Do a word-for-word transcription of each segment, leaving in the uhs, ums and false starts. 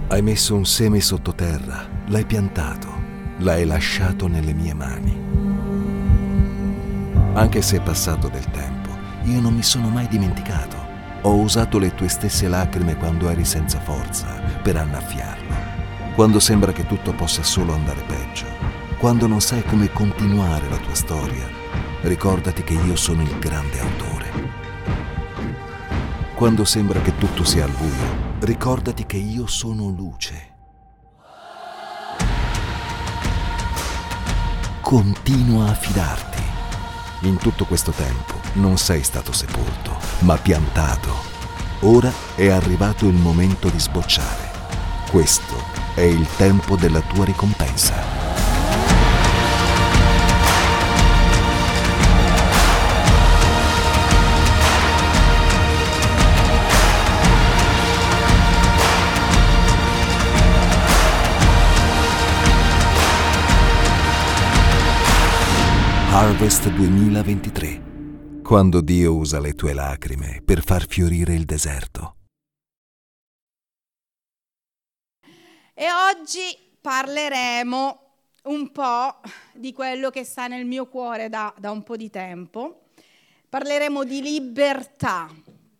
Hai messo un seme sottoterra, l'hai piantato, l'hai lasciato nelle mie mani. Anche se è passato del tempo, io non mi sono mai dimenticato. Ho usato le tue stesse lacrime quando eri senza forza per annaffiarlo. Quando sembra che tutto possa solo andare peggio. Quando non sai come continuare la tua storia, ricordati che io sono il grande autore. Quando sembra che tutto sia al buio, ricordati che io sono luce. Continua a fidarti. In tutto questo tempo non sei stato sepolto, ma piantato. Ora è arrivato il momento di sbocciare. Questo è il tempo della tua ricompensa. Harvest duemilaventitré, quando Dio usa le tue lacrime per far fiorire il deserto. E oggi parleremo un po' di quello che sta nel mio cuore da, da un po' di tempo. Parleremo di libertà,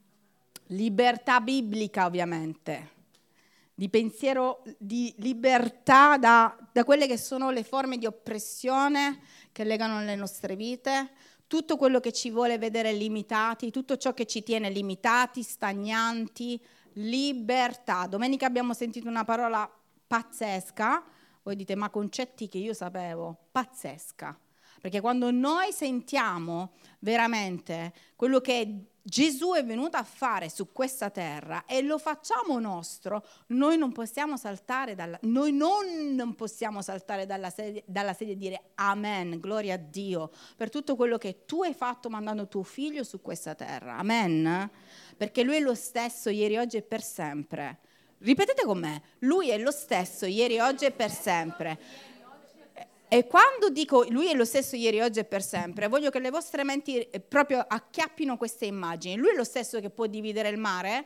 libertà biblica ovviamente, di pensiero, di libertà da, da quelle che sono le forme di oppressione che legano le nostre vite, tutto quello che ci vuole vedere limitati, tutto ciò che ci tiene limitati, stagnanti, libertà. Domenica abbiamo sentito una parola pazzesca, voi dite ma concetti che io sapevo, pazzesca, perché quando noi sentiamo veramente quello che Gesù è venuto a fare su questa terra e lo facciamo nostro, noi non possiamo saltare dalla, noi non possiamo saltare dalla sedia, dalla sedia e dire amen, gloria a Dio per tutto quello che tu hai fatto mandando tuo figlio su questa terra, amen, perché lui è lo stesso ieri, oggi e per sempre. Ripetete con me, lui è lo stesso ieri, oggi e per sempre. E quando dico lui è lo stesso ieri, oggi e per sempre, voglio che le vostre menti proprio acchiappino queste immagini. Lui è lo stesso che può dividere il mare?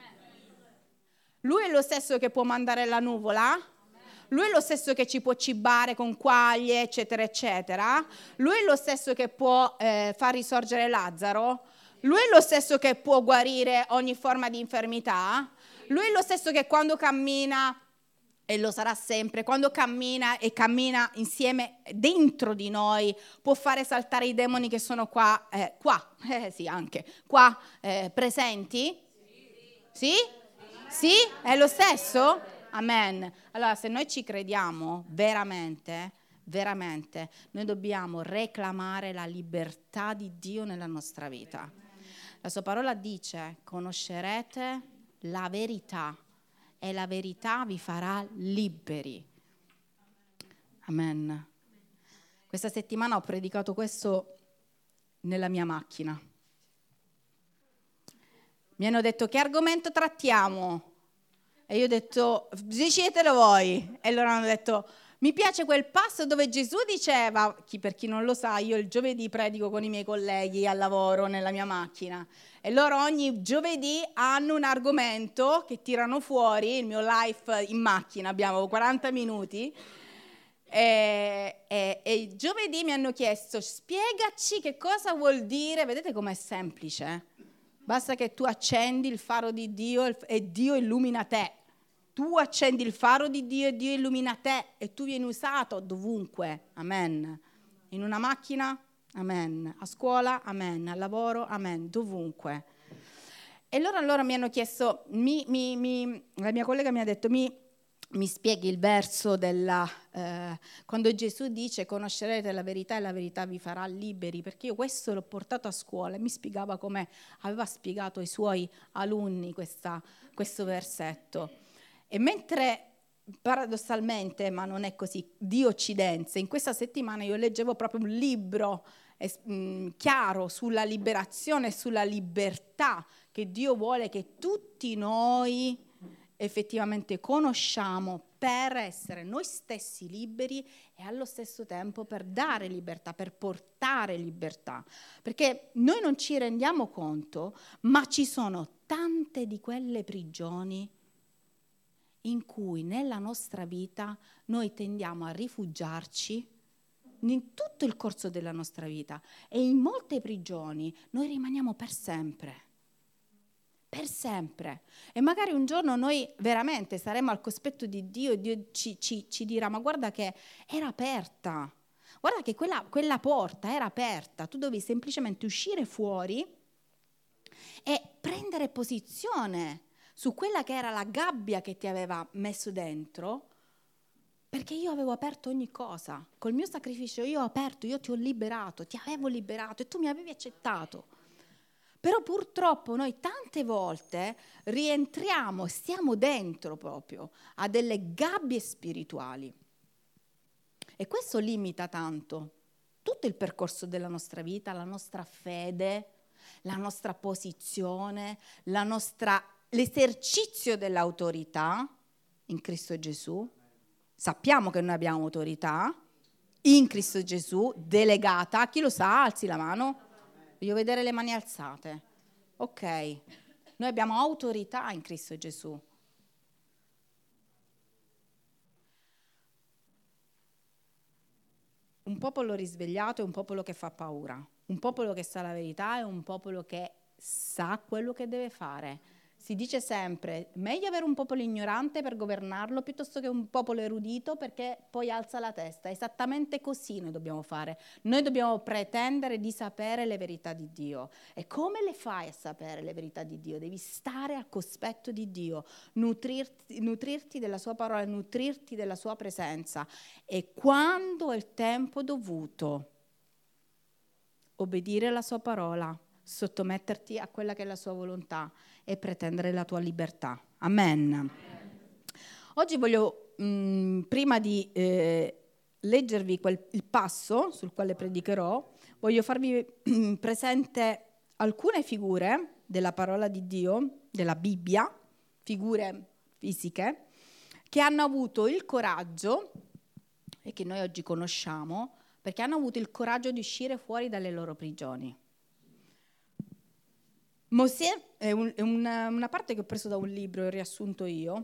Lui è lo stesso che può mandare la nuvola? Lui è lo stesso che ci può cibare con quaglie, eccetera, eccetera. Lui è lo stesso che può eh, far risorgere Lazzaro. Lui è lo stesso che può guarire ogni forma di infermità. Lui è lo stesso che quando cammina, e lo sarà sempre, quando cammina e cammina insieme dentro di noi, può fare saltare i demoni che sono qua, eh, qua, eh, sì anche, qua eh, presenti? Sì? Sì? È lo stesso? Amen. Allora se noi ci crediamo veramente, veramente, noi dobbiamo reclamare la libertà di Dio nella nostra vita. La sua parola dice, conoscerete la verità e la verità vi farà liberi. Amen. Questa settimana ho predicato questo nella mia macchina. Mi hanno detto che argomento trattiamo? E io ho detto decidetelo voi. E loro hanno detto mi piace quel passo dove Gesù diceva, chi per chi non lo sa, io il giovedì predico con i miei colleghi al lavoro nella mia macchina e loro ogni giovedì hanno un argomento che tirano fuori, il mio live in macchina, abbiamo quaranta minuti e, e, e giovedì mi hanno chiesto spiegaci che cosa vuol dire, vedete com'è semplice, basta che tu accendi il faro di Dio e Dio illumina te. Tu accendi il faro di Dio e Dio illumina te e tu vieni usato dovunque, amen. In una macchina, amen. A scuola, amen. Al lavoro, amen. Dovunque. E loro allora mi hanno chiesto, mi, mi, mi, la mia collega mi ha detto, mi, mi spieghi il verso della, eh, quando Gesù dice conoscerete la verità e la verità vi farà liberi, perché io questo l'ho portato a scuola e mi spiegava come aveva spiegato ai suoi alunni questa, questo versetto. E mentre paradossalmente, ma non è così, di Occidense, in questa settimana io leggevo proprio un libro eh, mh, chiaro sulla liberazione e sulla libertà che Dio vuole che tutti noi effettivamente conosciamo per essere noi stessi liberi e allo stesso tempo per dare libertà, per portare libertà. Perché noi non ci rendiamo conto, ma ci sono tante di quelle prigioni in cui nella nostra vita noi tendiamo a rifugiarci in tutto il corso della nostra vita e in molte prigioni noi rimaniamo per sempre. Per sempre. E magari un giorno noi veramente saremo al cospetto di Dio e Dio ci, ci, ci dirà: ma guarda che era aperta, guarda che quella, quella porta era aperta, tu dovevi semplicemente uscire fuori e prendere posizione su quella che era la gabbia che ti aveva messo dentro, perché io avevo aperto ogni cosa, col mio sacrificio io ho aperto, io ti ho liberato, ti avevo liberato e tu mi avevi accettato. Però purtroppo noi tante volte rientriamo, stiamo dentro proprio a delle gabbie spirituali. E questo limita tanto tutto il percorso della nostra vita, la nostra fede, la nostra posizione, la nostra, l'esercizio dell'autorità in Cristo Gesù. Sappiamo che noi abbiamo autorità in Cristo Gesù, delegata. Chi lo sa? Alzi la mano. Voglio vedere le mani alzate. Ok, noi abbiamo autorità in Cristo Gesù. Un popolo risvegliato è un popolo che fa paura, un popolo che sa la verità è un popolo che sa quello che deve fare. Si dice sempre, meglio avere un popolo ignorante per governarlo piuttosto che un popolo erudito, perché poi alza la testa. Esattamente così noi dobbiamo fare. Noi dobbiamo pretendere di sapere le verità di Dio. E come le fai a sapere le verità di Dio? Devi stare al cospetto di Dio, nutrirti, nutrirti della sua parola, nutrirti della sua presenza. E quando è il tempo dovuto, obbedire alla sua parola, sottometterti a quella che è la sua volontà e pretendere la tua libertà. Amen. Oggi voglio, mh, prima di eh, leggervi quel, il passo sul quale predicherò, voglio farvi mh, presente alcune figure della parola di Dio, della Bibbia, figure fisiche, che hanno avuto il coraggio, e che noi oggi conosciamo, perché hanno avuto il coraggio di uscire fuori dalle loro prigioni. Mosè è, un, è una, una parte che ho preso da un libro e ho riassunto io.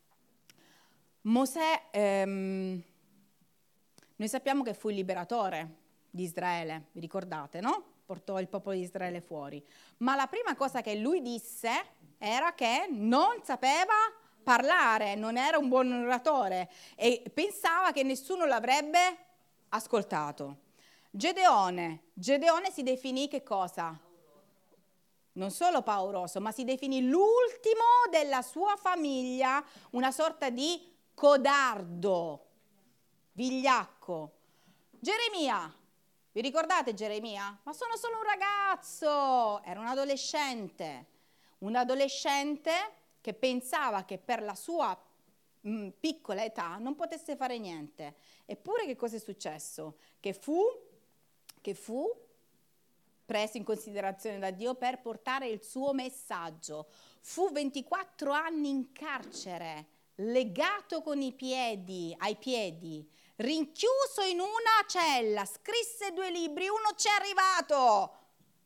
Mosè, ehm, noi sappiamo che fu il liberatore di Israele, vi ricordate, no? Portò il popolo di Israele fuori. Ma la prima cosa che lui disse era che non sapeva parlare, non era un buon oratore e pensava che nessuno l'avrebbe ascoltato. Gedeone, Gedeone si definì che cosa? Non solo pauroso, ma si definì l'ultimo della sua famiglia, una sorta di codardo, vigliacco. Geremia, vi ricordate Geremia? Ma sono solo un ragazzo, era un adolescente, un adolescente che pensava che per la sua mh, piccola età non potesse fare niente. Eppure che cosa è successo? Che fu, che fu preso in considerazione da Dio per portare il suo messaggio. Fu ventiquattro anni in carcere, legato con i piedi, ai piedi, rinchiuso in una cella, scrisse due libri, uno c'è arrivato.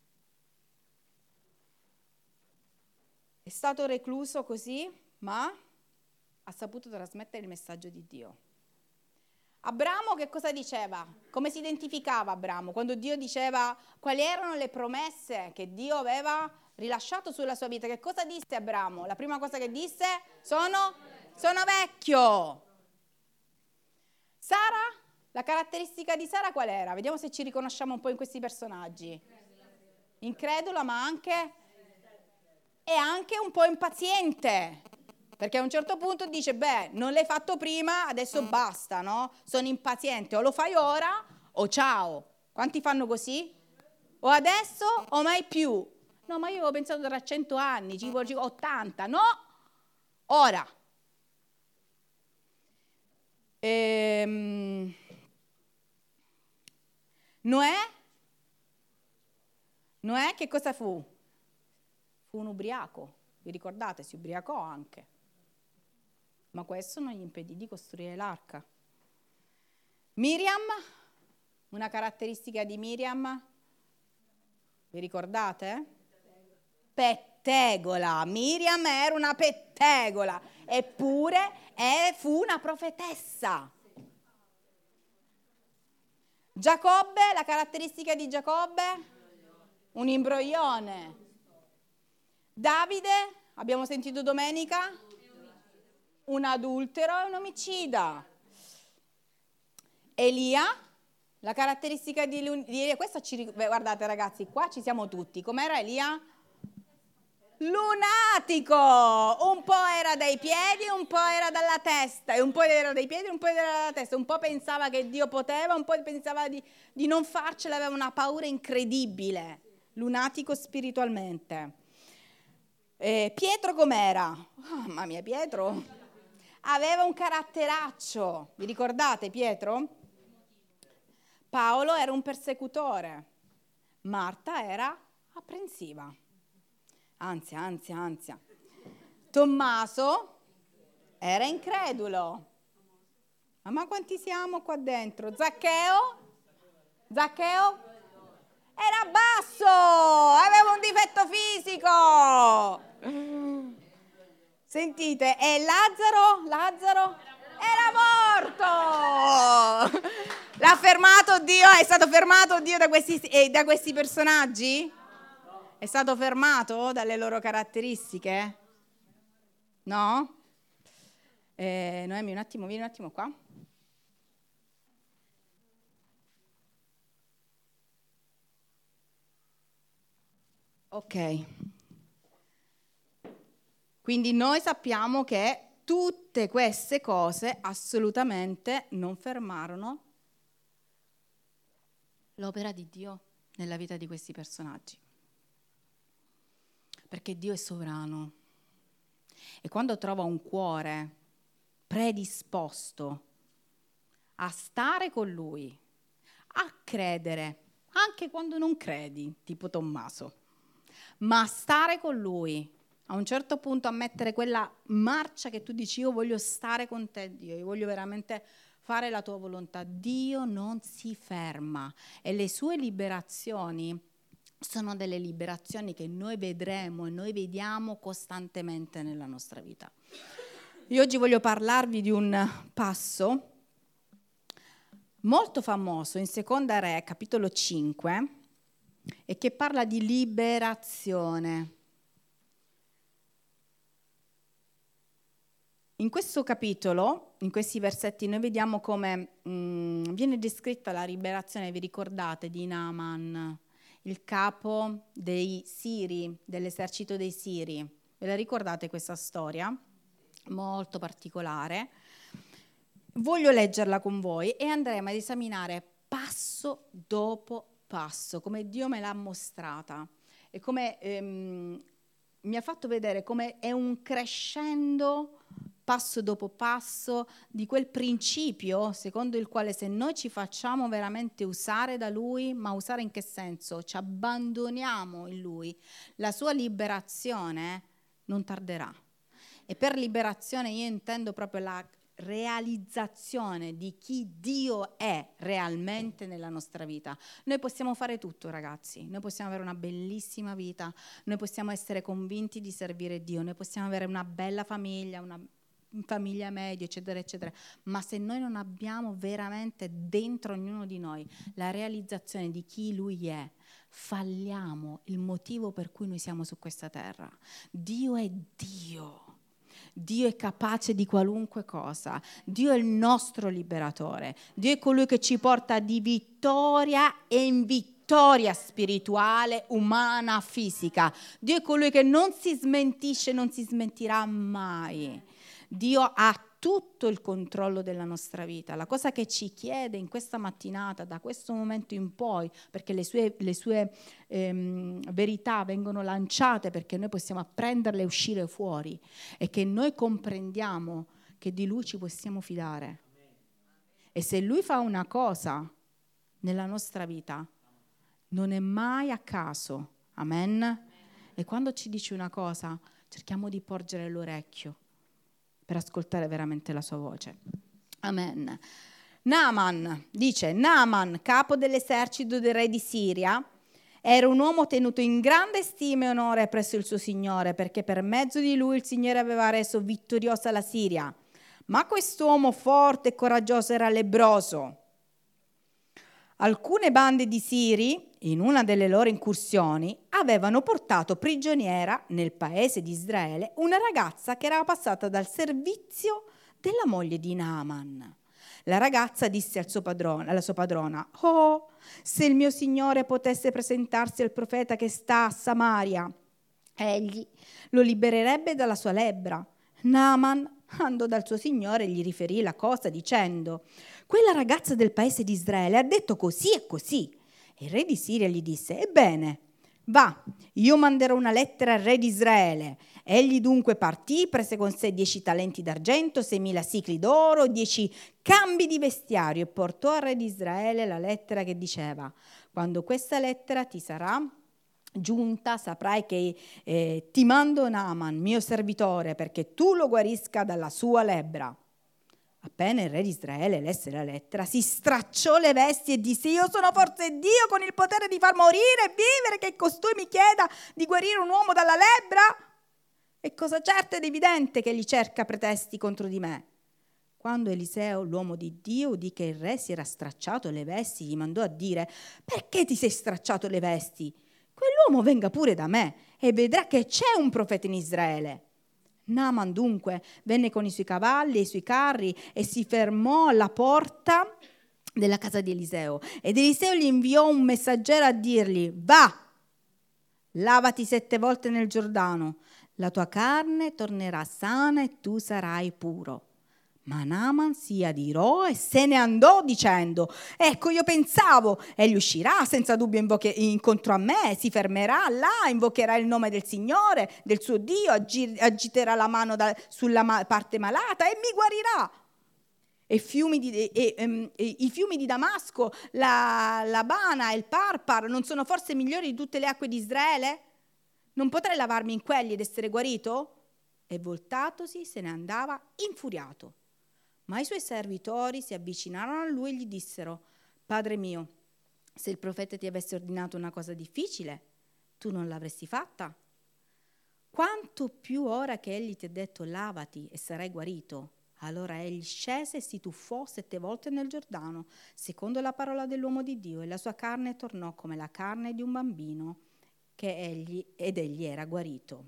È stato recluso così, ma ha saputo trasmettere il messaggio di Dio. Abramo che cosa diceva? Come si identificava Abramo? Quando Dio diceva quali erano le promesse che Dio aveva rilasciato sulla sua vita, che cosa disse Abramo? La prima cosa che disse, sono, sono vecchio. Sara, la caratteristica di Sara qual era? Vediamo se ci riconosciamo un po' in questi personaggi. Incredula, ma anche, e anche un po' impaziente. Perché a un certo punto dice, beh, non l'hai fatto prima, adesso basta, no? Sono impaziente, o lo fai ora o ciao. Quanti fanno così? O adesso o mai più. No, ma io avevo pensato tra cento anni, ci voglio ottanta, no? Ora. Ehm... Noè? Noè che cosa fu? Fu un ubriaco, vi ricordate? Si ubriacò anche. Ma questo non gli impedì di costruire l'arca. Miriam, una caratteristica di Miriam, vi ricordate? Pet, pettegola. Miriam era una pettegola, eppure eh, fu una profetessa. Giacobbe, la caratteristica di Giacobbe? Un imbroglione. Davide, abbiamo sentito domenica? Un adultero e un omicida. Elia, la caratteristica di Elia, questa ci, guardate ragazzi, qua ci siamo tutti. Com'era Elia? Lunatico, un po' era dai piedi, un po' era dalla testa, e un po' era dai piedi, un po' era dalla testa, un po' pensava che Dio poteva, un po' pensava di, di non farcela, aveva una paura incredibile, lunatico spiritualmente. Eh, Pietro com'era? Oh, mamma mia, Pietro aveva un caratteraccio, vi ricordate Pietro? Paolo era un persecutore, Marta era apprensiva. Ansia, ansia, ansia. Tommaso era incredulo. Ma quanti siamo qua dentro? Zaccheo? Zaccheo? Era basso, aveva un difetto fisico. Sentite, e Lazzaro? Lazzaro? Era morto. L'ha fermato Dio? È stato fermato Dio da questi, eh, da questi personaggi? È stato fermato dalle loro caratteristiche? No? Eh, Noemi, un attimo, vieni un attimo qua. Ok. Quindi noi sappiamo che tutte queste cose assolutamente non fermarono l'opera di Dio nella vita di questi personaggi. Perché Dio è sovrano e quando trova un cuore predisposto a stare con Lui, a credere, anche quando non credi, tipo Tommaso, ma a stare con Lui, a un certo punto a mettere quella marcia che tu dici io voglio stare con te Dio, io voglio veramente fare la tua volontà, Dio non si ferma e le sue liberazioni sono delle liberazioni che noi vedremo e noi vediamo costantemente nella nostra vita. Io oggi voglio parlarvi di un passo molto famoso in Seconda Re, capitolo cinque, e che parla di liberazione. In questo capitolo, in questi versetti, noi vediamo come mh, viene descritta la liberazione, vi ricordate, di Naaman, il capo dei Siri, dell'esercito dei Siri. Ve la ricordate questa storia? Molto particolare. Voglio leggerla con voi e andremo ad esaminare passo dopo passo, come Dio me l'ha mostrata e come ehm, mi ha fatto vedere come è un crescendo passo dopo passo di quel principio secondo il quale se noi ci facciamo veramente usare da Lui, ma usare in che senso? Ci abbandoniamo in Lui, la sua liberazione non tarderà. E per liberazione io intendo proprio la realizzazione di chi Dio è realmente nella nostra vita. Noi possiamo fare tutto, ragazzi, noi possiamo avere una bellissima vita, noi possiamo essere convinti di servire Dio, noi possiamo avere una bella famiglia, una famiglia media, eccetera, eccetera, ma se noi non abbiamo veramente dentro ognuno di noi la realizzazione di chi Lui è, falliamo il motivo per cui noi siamo su questa terra. Dio è Dio. Dio è capace di qualunque cosa, Dio è il nostro liberatore, Dio è colui che ci porta di vittoria e in vittoria spirituale, umana, fisica. Dio è colui che non si smentisce, non si smentirà mai. Dio ha tutto il controllo della nostra vita. La cosa che ci chiede in questa mattinata, da questo momento in poi, perché le sue, le sue ehm, verità vengono lanciate perché noi possiamo apprenderle e uscire fuori, è che noi comprendiamo che di Lui ci possiamo fidare. E se Lui fa una cosa nella nostra vita, non è mai a caso. Amen? E quando ci dice una cosa, cerchiamo di porgere l'orecchio per ascoltare veramente la sua voce. Amen. Naaman, dice, Naaman, capo dell'esercito del re di Siria, Era un uomo tenuto in grande stima e onore presso il suo Signore, perché per mezzo di lui il Signore aveva reso vittoriosa la Siria. Ma quest'uomo forte e coraggioso era lebbroso. Alcune bande di Siri, in una delle loro incursioni, avevano portato prigioniera nel paese di Israele una ragazza che era passata dal servizio della moglie di Naaman. La ragazza disse al suo padrone, alla sua padrona: «Oh, se il mio signore potesse presentarsi al profeta che sta a Samaria, egli lo libererebbe dalla sua lebbra». Naaman andò dal suo signore e gli riferì la cosa dicendo: «Quella ragazza del paese di Israele ha detto così e così». E il re di Siria gli disse: «Ebbene, va, io manderò una lettera al re di Israele». Egli dunque partì, prese con sé dieci talenti d'argento, seimila sicli d'oro, dieci cambi di vestiario e portò al re di Israele la lettera che diceva: «Quando questa lettera ti sarà giunta, saprai che eh, ti mando Naaman, mio servitore, perché tu lo guarisca dalla sua lebbra». Appena il re di Israele lesse la lettera, si stracciò le vesti e disse: «Io sono forse Dio con il potere di far morire e vivere, che costui mi chieda di guarire un uomo dalla lebbra? È cosa certa ed evidente che egli cerca pretesti contro di me». Quando Eliseo, l'uomo di Dio, udì che il re si era stracciato le vesti, gli mandò a dire: «Perché ti sei stracciato le vesti? Quell'uomo venga pure da me e vedrà che c'è un profeta in Israele». Naaman dunque venne con i suoi cavalli e i suoi carri e si fermò alla porta della casa di Eliseo. Ed Eliseo gli inviò un messaggero a dirgli: «Va, lavati sette volte nel Giordano, la tua carne tornerà sana e tu sarai puro». Ma Naaman si adirò e se ne andò dicendo: «Ecco, io pensavo, egli uscirà senza dubbio invoche- incontro a me, si fermerà là, invocherà il nome del Signore, del suo Dio, agi- agiterà la mano da- sulla ma- parte malata e mi guarirà. E, fiumi di, e, e, e, e i fiumi di Damasco, la, la Bana e il Parpar non sono forse migliori di tutte le acque di Israele? Non potrei lavarmi in quelli ed essere guarito?» E voltatosi se ne andava infuriato. Ma i suoi servitori si avvicinarono a lui e gli dissero: «Padre mio, se il profeta ti avesse ordinato una cosa difficile, tu non l'avresti fatta? Quanto più ora che egli ti ha detto lavati e sarai guarito». Allora egli scese e si tuffò sette volte nel Giordano, secondo la parola dell'uomo di Dio, e la sua carne tornò come la carne di un bambino, che egli, ed egli era guarito.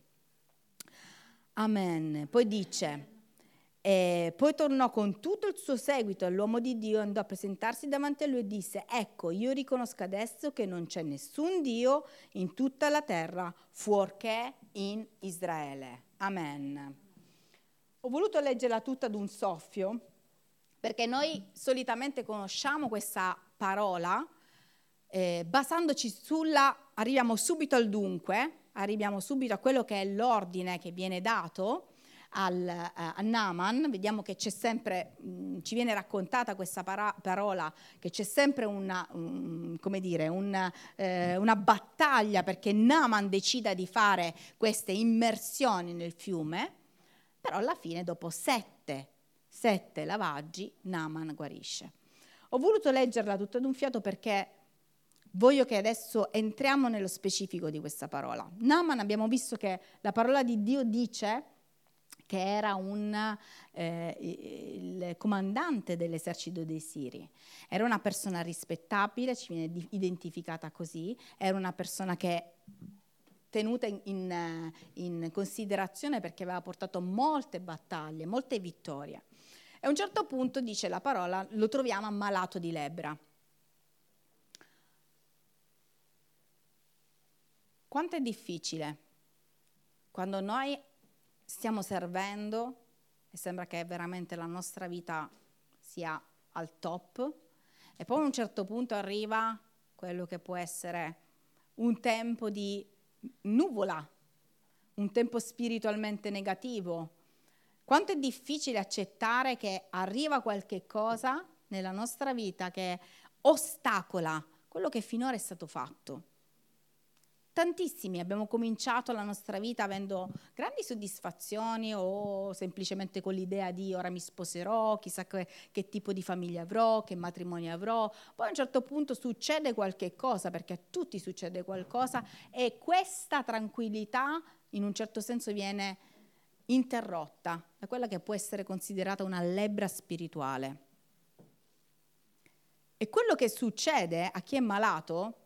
Amen. Poi dice: E poi tornò con tutto il suo seguito all'uomo di Dio, andò a presentarsi davanti a lui e disse: «Ecco, io riconosco adesso che non c'è nessun Dio in tutta la terra fuorché in Israele». Amen. Ho voluto leggerla tutta ad un soffio perché noi solitamente conosciamo questa parola eh, basandoci sulla, arriviamo subito al dunque, arriviamo subito a quello che è l'ordine che viene dato Al, uh, a Naaman. Vediamo che c'è sempre, mh, ci viene raccontata questa para- parola, che c'è sempre una, um, come dire, una, eh, una battaglia perché Naaman decida di fare queste immersioni nel fiume, però alla fine dopo sette, sette lavaggi Naaman guarisce. Ho voluto leggerla tutta d'un fiato perché voglio che adesso entriamo nello specifico di questa parola. Naaman, abbiamo visto che la parola di Dio dice che era un, eh, il comandante dell'esercito dei Siri. Era una persona rispettabile, ci viene identificata così, era una persona che tenuta in, in, in considerazione perché aveva portato molte battaglie, molte vittorie. E a un certo punto, dice la parola, lo troviamo ammalato di lebbra. Quanto è difficile quando noi stiamo servendo e sembra che veramente la nostra vita sia al top e poi a un certo punto arriva quello che può essere un tempo di nuvola, un tempo spiritualmente negativo. Quanto è difficile accettare che arriva qualche cosa nella nostra vita che ostacola quello che finora è stato fatto. Tantissimi abbiamo cominciato la nostra vita avendo grandi soddisfazioni o semplicemente con l'idea di ora mi sposerò, chissà che, che tipo di famiglia avrò, che matrimonio avrò. Poi a un certo punto succede qualche cosa, perché a tutti succede qualcosa, e questa tranquillità in un certo senso viene interrotta da quella che può essere considerata una lebbra spirituale. E quello che succede a chi è malato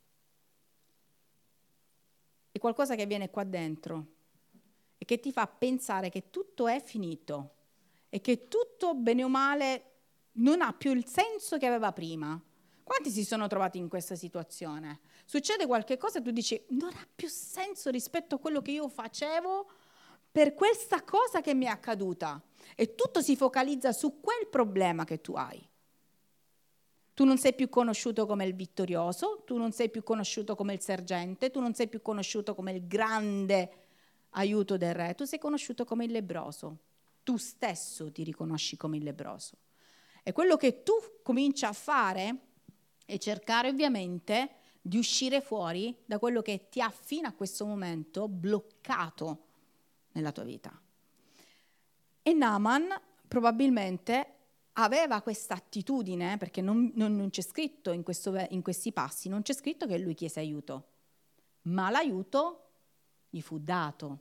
è qualcosa che viene qua dentro e che ti fa pensare che tutto è finito e che tutto, bene o male, non ha più il senso che aveva prima. Quanti si sono trovati in questa situazione? Succede qualche cosa e tu dici non ha più senso rispetto a quello che io facevo per questa cosa che mi è accaduta, e tutto si focalizza su quel problema che tu hai. Tu non sei più conosciuto come il vittorioso, tu non sei più conosciuto come il sergente, tu non sei più conosciuto come il grande aiuto del re, tu sei conosciuto come il lebbroso. Tu stesso ti riconosci come il lebbroso. E quello che tu cominci a fare è cercare ovviamente di uscire fuori da quello che ti ha fino a questo momento bloccato nella tua vita. E Naaman probabilmente aveva questa attitudine, perché non, non, non c'è scritto in, questo, in questi passi, non c'è scritto che lui chiese aiuto, ma l'aiuto gli fu dato.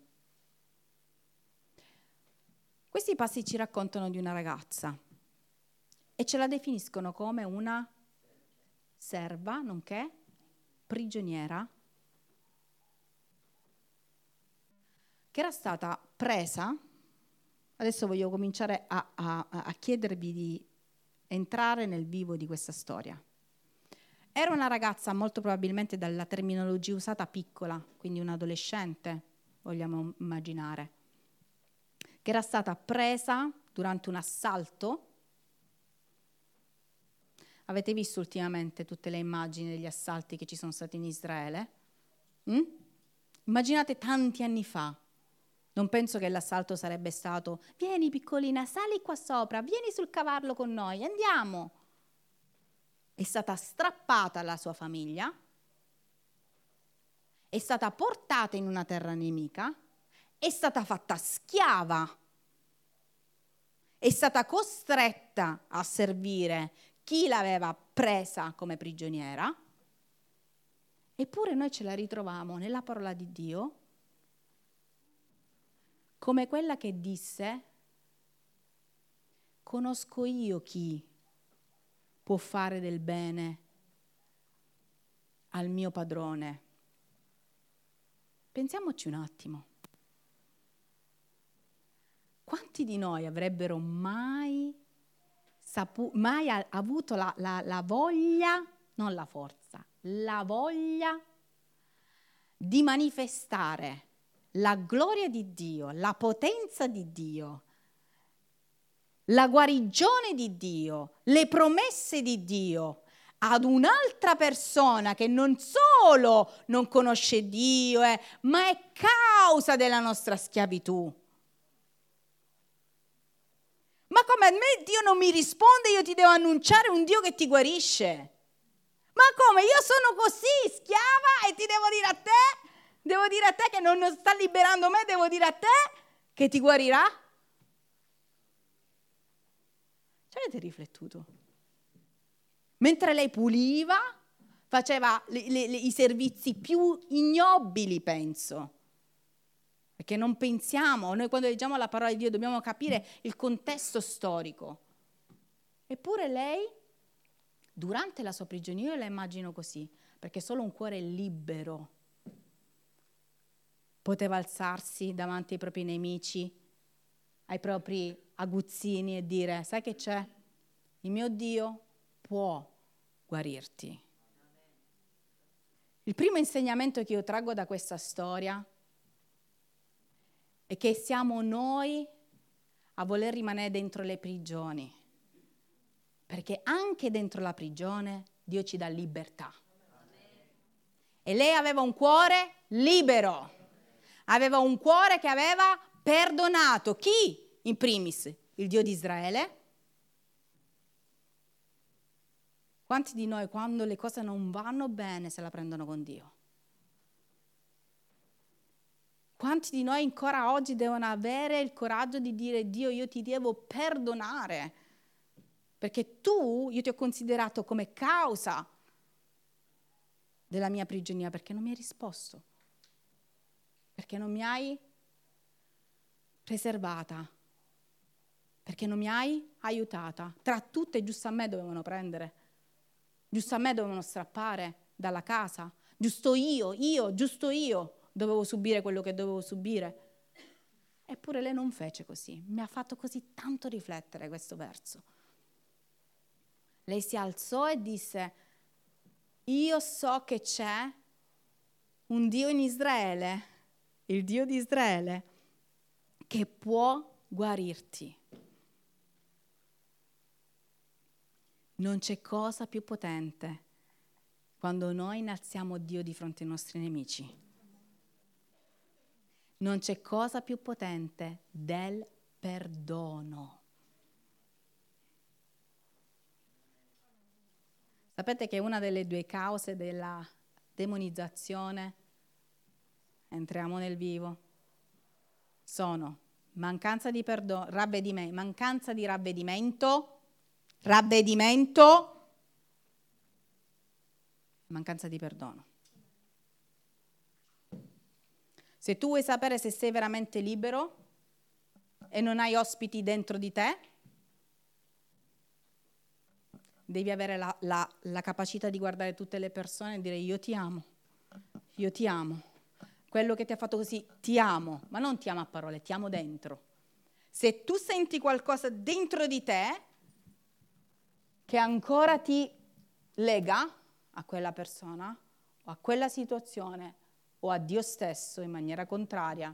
Questi passi ci raccontano di una ragazza e ce la definiscono come una serva, nonché prigioniera, che era stata presa. Adesso voglio cominciare a, a, a chiedervi di entrare nel vivo di questa storia. Era una ragazza, molto probabilmente dalla terminologia usata, piccola, quindi un adolescente, vogliamo immaginare, che era stata presa durante un assalto. Avete visto ultimamente tutte le immagini degli assalti che ci sono stati in Israele? Mm? Immaginate tanti anni fa. Non penso che l'assalto sarebbe stato vieni piccolina, sali qua sopra, vieni sul cavallo con noi, andiamo. È stata strappata alla sua famiglia, è stata portata in una terra nemica, è stata fatta schiava, è stata costretta a servire chi l'aveva presa come prigioniera, eppure noi ce la ritroviamo nella parola di Dio come quella che disse: conosco io chi può fare del bene al mio padrone. Pensiamoci un attimo. Quanti di noi avrebbero mai, sapu- mai a- avuto la, la, la voglia, non la forza, la voglia di manifestare la gloria di Dio, la potenza di Dio, la guarigione di Dio, le promesse di Dio ad un'altra persona che non solo non conosce Dio, eh, ma è causa della nostra schiavitù? Ma come a me Dio non mi risponde, io ti devo annunciare un Dio che ti guarisce? Ma come? Io sono così schiava e ti devo dire a te? Devo dire a te che non sta liberando me, devo dire a te che ti guarirà? Ci avete riflettuto? Mentre lei puliva, faceva le, le, le, i servizi più ignobili, penso. Perché non pensiamo, noi quando leggiamo la parola di Dio dobbiamo capire il contesto storico. Eppure lei, durante la sua prigionia, io la immagino così, perché solo un cuore libero poteva alzarsi davanti ai propri nemici, ai propri aguzzini e dire: sai che c'è? Il mio Dio può guarirti. Il primo insegnamento che io traggo da questa storia è che siamo noi a voler rimanere dentro le prigioni, perché anche dentro la prigione Dio ci dà libertà. E lei aveva un cuore libero. Aveva un cuore che aveva perdonato. Chi? In primis, il Dio di Israele. Quanti di noi, quando le cose non vanno bene, se la prendono con Dio? Quanti di noi ancora oggi devono avere il coraggio di dire: Dio, io ti devo perdonare, perché tu, io ti ho considerato come causa della mia prigionia, perché non mi hai risposto, perché non mi hai preservata, perché non mi hai aiutata. Tra tutte, giusto a me dovevano prendere, giusto a me dovevano strappare dalla casa, giusto io, io, giusto io dovevo subire quello che dovevo subire. Eppure lei non fece così. Mi ha fatto così tanto riflettere questo verso. Lei si alzò e disse: io so che c'è un Dio in Israele, il Dio di Israele, che può guarirti. Non c'è cosa più potente quando noi innalziamo Dio di fronte ai nostri nemici. Non c'è cosa più potente del perdono. Sapete che una delle due cause della demonizzazione, entriamo nel vivo, sono mancanza di perdono, ravvedimento, mancanza di ravvedimento, ravvedimento, mancanza di perdono. Se tu vuoi sapere se sei veramente libero e non hai ospiti dentro di te, devi avere la, la, la capacità di guardare tutte le persone e dire: io ti amo, io ti amo. Quello che ti ha fatto così, ti amo, ma non ti amo a parole, ti amo dentro. Se tu senti qualcosa dentro di te che ancora ti lega a quella persona o a quella situazione o a Dio stesso in maniera contraria,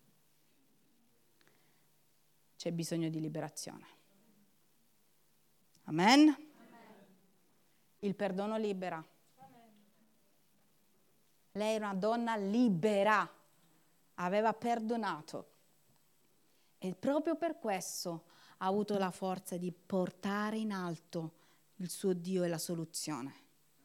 c'è bisogno di liberazione. Amen? Amen. Il perdono libera. Amen. Lei era una donna libera, aveva perdonato e proprio per questo ha avuto la forza di portare in alto il suo Dio e la soluzione.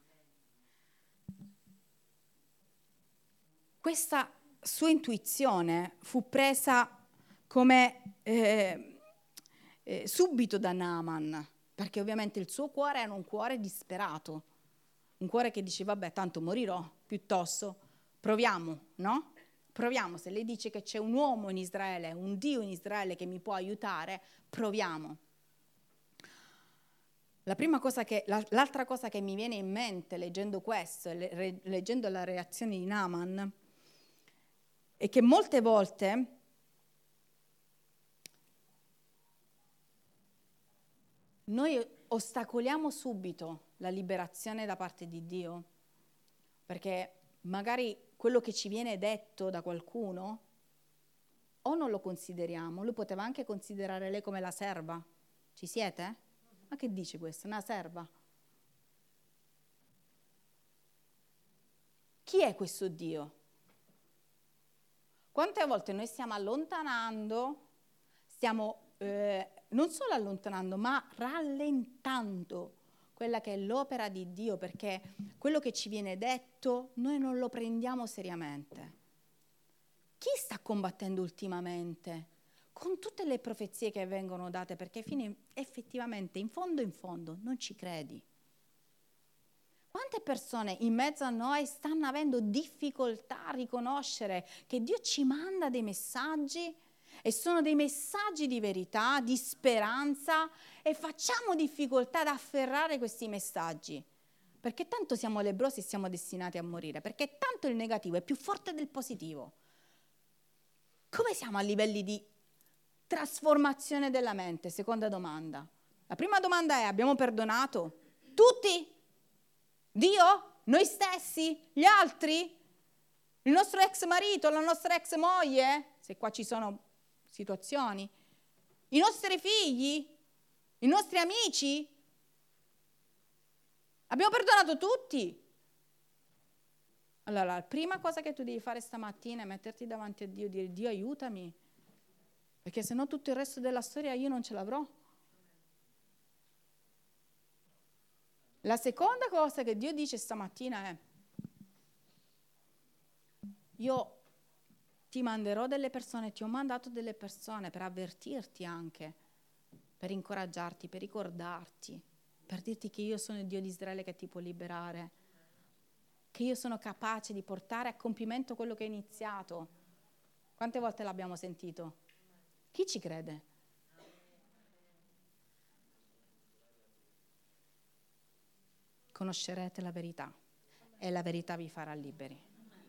Questa sua intuizione fu presa come eh, eh, subito da Naaman, perché ovviamente il suo cuore era un cuore disperato, un cuore che dice: vabbè, tanto morirò, piuttosto proviamo, no? Proviamo, se lei dice che c'è un uomo in Israele, un Dio in Israele che mi può aiutare, proviamo. La prima cosa che, l'altra cosa che mi viene in mente leggendo questo, leggendo la reazione di Naaman, è che molte volte noi ostacoliamo subito la liberazione da parte di Dio, perché magari quello che ci viene detto da qualcuno o non lo consideriamo. Lui poteva anche considerare lei come la serva. Ci siete? Ma che dice questo? Una serva. Chi è questo Dio? Quante volte noi stiamo allontanando, stiamo eh, non solo allontanando, ma rallentando quella che è l'opera di Dio, perché quello che ci viene detto noi non lo prendiamo seriamente. Chi sta combattendo ultimamente? Con tutte le profezie che vengono date, perché fine, effettivamente, in fondo in fondo, non ci credi. Quante persone in mezzo a noi stanno avendo difficoltà a riconoscere che Dio ci manda dei messaggi e sono dei messaggi di verità, di speranza, e facciamo difficoltà ad afferrare questi messaggi? Perché tanto siamo lebbrosi e siamo destinati a morire, perché tanto il negativo è più forte del positivo. Come siamo a livelli di trasformazione della mente? Seconda domanda. La prima domanda è: abbiamo perdonato? Tutti? Dio? Noi stessi? Gli altri? Il nostro ex marito? La nostra ex moglie? Se qua ci sono situazioni. I nostri figli? I nostri amici? Abbiamo perdonato tutti? Allora, la prima cosa che tu devi fare stamattina è metterti davanti a Dio e dire: Dio, aiutami, perché sennò tutto il resto della storia io non ce l'avrò. La seconda cosa che Dio dice stamattina è: io ti manderò delle persone, ti ho mandato delle persone per avvertirti anche, per incoraggiarti, per ricordarti, per dirti che io sono il Dio di Israele che ti può liberare, che io sono capace di portare a compimento quello che è iniziato. Quante volte l'abbiamo sentito? Chi ci crede? Conoscerete la verità e la verità vi farà liberi.